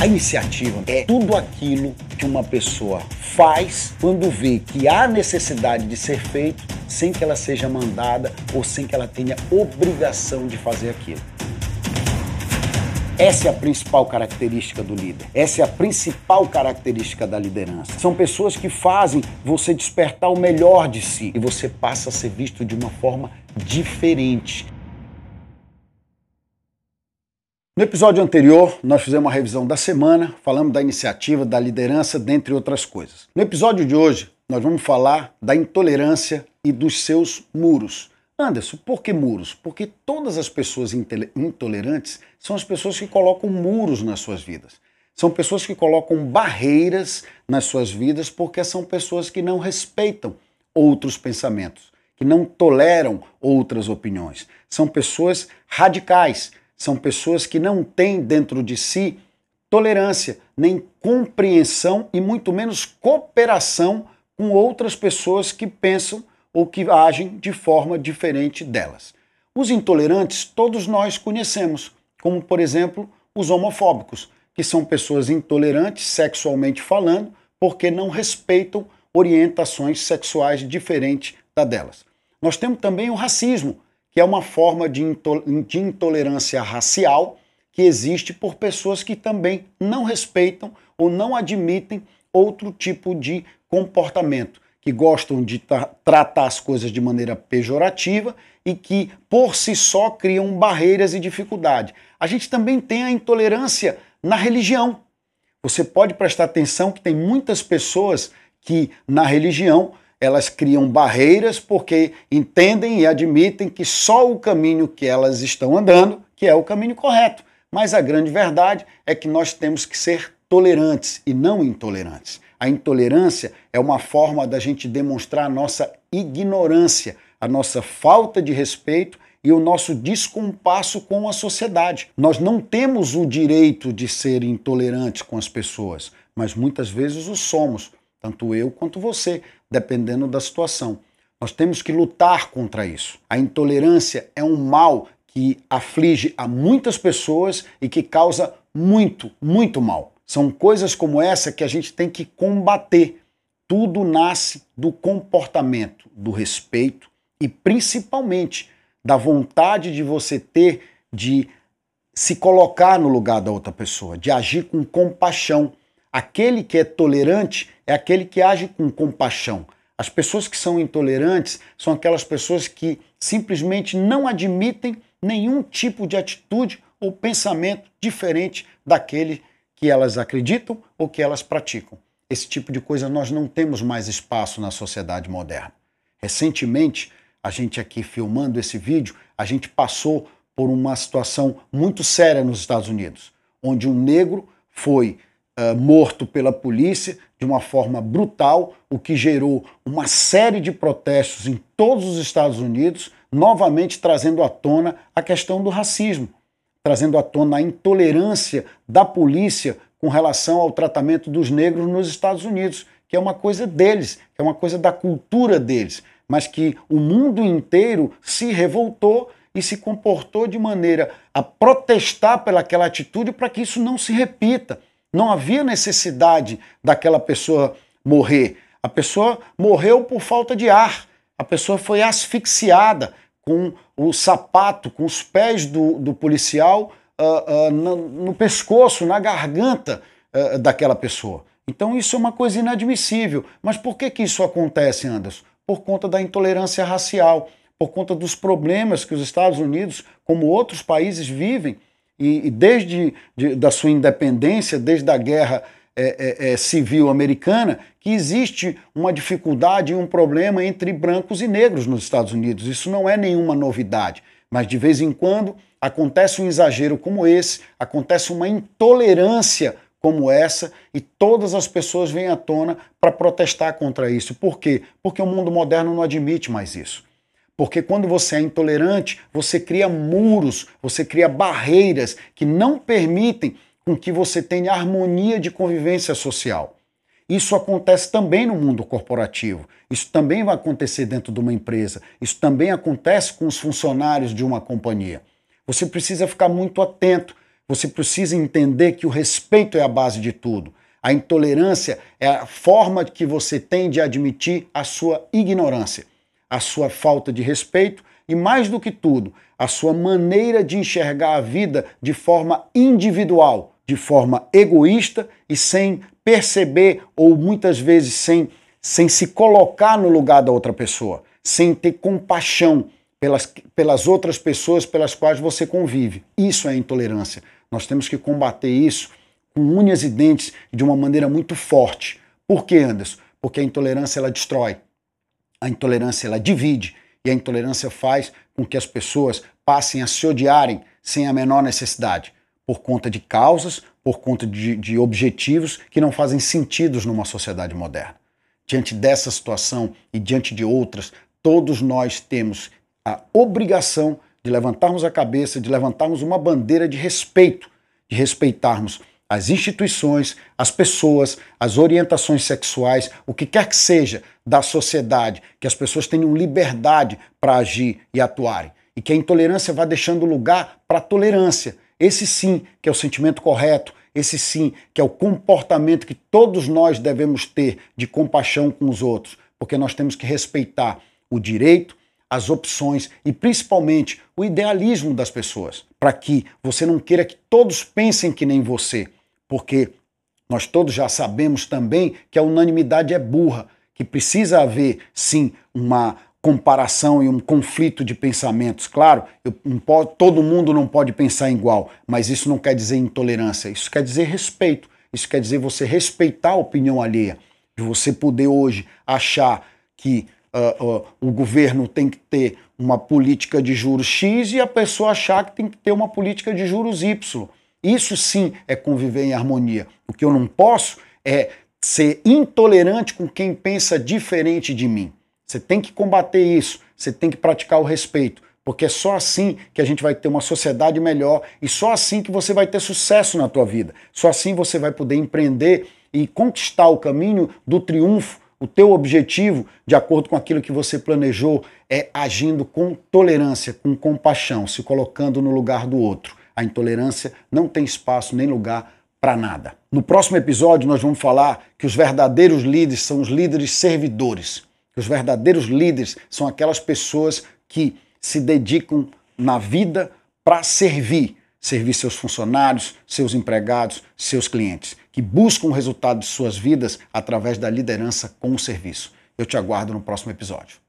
A iniciativa é tudo aquilo que uma pessoa faz quando vê que há necessidade de ser feito sem que ela seja mandada ou sem que ela tenha obrigação de fazer aquilo. Essa é a principal característica do líder. Essa é a principal característica da liderança. São pessoas que fazem você despertar o melhor de si e você passa a ser visto de uma forma diferente. No episódio anterior, nós fizemos uma revisão da semana, falamos da iniciativa, da liderança, dentre outras coisas. No episódio de hoje, nós vamos falar da intolerância e dos seus muros. Anderson, por que muros? Porque todas as pessoas intolerantes são as pessoas que colocam muros nas suas vidas. São pessoas que colocam barreiras nas suas vidas porque são pessoas que não respeitam outros pensamentos, que não toleram outras opiniões. São pessoas radicais. São pessoas que não têm dentro de si tolerância, nem compreensão e muito menos cooperação com outras pessoas que pensam ou que agem de forma diferente delas. Os intolerantes todos nós conhecemos, como por exemplo os homofóbicos, que são pessoas intolerantes sexualmente falando porque não respeitam orientações sexuais diferentes da delas. Nós temos também o racismo, que é uma forma de intolerância racial que existe por pessoas que também não respeitam ou não admitem outro tipo de comportamento, que gostam de tratar as coisas de maneira pejorativa e que, por si só, criam barreiras e dificuldade. A gente também tem a intolerância na religião. Você pode prestar atenção que tem muitas pessoas que, na religião, elas criam barreiras porque entendem e admitem que só o caminho que elas estão andando que é o caminho correto. Mas a grande verdade é que nós temos que ser tolerantes e não intolerantes. A intolerância é uma forma da gente demonstrar a nossa ignorância, a nossa falta de respeito e o nosso descompasso com a sociedade. Nós não temos o direito de ser intolerantes com as pessoas, mas muitas vezes o somos. Tanto eu quanto você, dependendo da situação. Nós temos que lutar contra isso. A intolerância é um mal que aflige a muitas pessoas e que causa muito, muito mal. São coisas como essa que a gente tem que combater. Tudo nasce do comportamento, do respeito e principalmente da vontade de você ter de se colocar no lugar da outra pessoa, de agir com compaixão. Aquele que é tolerante é aquele que age com compaixão. As pessoas que são intolerantes são aquelas pessoas que simplesmente não admitem nenhum tipo de atitude ou pensamento diferente daquele que elas acreditam ou que elas praticam. Esse tipo de coisa nós não temos mais espaço na sociedade moderna. Recentemente, a gente aqui filmando esse vídeo, a gente passou por uma situação muito séria nos Estados Unidos, onde um negro foi morto pela polícia de uma forma brutal, o que gerou uma série de protestos em todos os Estados Unidos, novamente trazendo à tona a questão do racismo, trazendo à tona a intolerância da polícia com relação ao tratamento dos negros nos Estados Unidos, que é uma coisa deles, que é uma coisa da cultura deles, mas que o mundo inteiro se revoltou e se comportou de maneira a protestar pelaquela atitude para que isso não se repita. Não havia necessidade daquela pessoa morrer. A pessoa morreu por falta de ar. A pessoa foi asfixiada com o sapato, com os pés do policial no pescoço, na garganta daquela pessoa. Então isso é uma coisa inadmissível. Mas por que isso acontece, Anderson? Por conta da intolerância racial, por conta dos problemas que os Estados Unidos, como outros países, vivem. E desde da sua independência, desde a guerra civil americana, que existe uma dificuldade e um problema entre brancos e negros nos Estados Unidos. Isso não é nenhuma novidade, mas de vez em quando acontece um exagero como esse, acontece uma intolerância como essa e todas as pessoas vêm à tona para protestar contra isso. Por quê? Porque o mundo moderno não admite mais isso. Porque quando você é intolerante, você cria muros, você cria barreiras que não permitem com que você tenha harmonia de convivência social. Isso acontece também no mundo corporativo. Isso também vai acontecer dentro de uma empresa. Isso também acontece com os funcionários de uma companhia. Você precisa ficar muito atento. Você precisa entender que o respeito é a base de tudo. A intolerância é a forma que você tem de admitir a sua ignorância, a sua falta de respeito e, mais do que tudo, a sua maneira de enxergar a vida de forma individual, de forma egoísta e sem perceber ou muitas vezes sem se colocar no lugar da outra pessoa, sem ter compaixão pelas outras pessoas pelas quais você convive. Isso é intolerância. Nós temos que combater isso com unhas e dentes de uma maneira muito forte. Por quê, Anderson? Porque a intolerância ela destrói, a intolerância ela divide e a intolerância faz com que as pessoas passem a se odiarem sem a menor necessidade, por conta de causas, por conta de objetivos que não fazem sentido numa sociedade moderna. Diante dessa situação e diante de outras, todos nós temos a obrigação de levantarmos a cabeça, de levantarmos uma bandeira de respeito, de respeitarmos as instituições, as pessoas, as orientações sexuais, o que quer que seja da sociedade, que as pessoas tenham liberdade para agir e atuarem. E que a intolerância vá deixando lugar para a tolerância. Esse sim que é o sentimento correto, esse sim que é o comportamento que todos nós devemos ter de compaixão com os outros, porque nós temos que respeitar o direito, as opções e principalmente o idealismo das pessoas, para que você não queira que todos pensem que nem você, porque nós todos já sabemos também que a unanimidade é burra, que precisa haver sim uma comparação e um conflito de pensamentos. Claro, todo mundo não pode pensar igual, mas isso não quer dizer intolerância, isso quer dizer respeito, isso quer dizer você respeitar a opinião alheia, de você poder hoje achar que o governo tem que ter uma política de juros X e a pessoa achar que tem que ter uma política de juros Y. Isso sim é conviver em harmonia. O que eu não posso é ser intolerante com quem pensa diferente de mim. Você tem que combater isso, você tem que praticar o respeito, porque é só assim que a gente vai ter uma sociedade melhor e só assim que você vai ter sucesso na tua vida. Só assim você vai poder empreender e conquistar o caminho do triunfo. O teu objetivo, de acordo com aquilo que você planejou, é agindo com tolerância, com compaixão, se colocando no lugar do outro. A intolerância não tem espaço nem lugar para nada. No próximo episódio nós vamos falar que os verdadeiros líderes são os líderes servidores. Os verdadeiros líderes são aquelas pessoas que se dedicam na vida para servir seus funcionários, seus empregados, seus clientes, que buscam o resultado de suas vidas através da liderança com o serviço. Eu te aguardo no próximo episódio.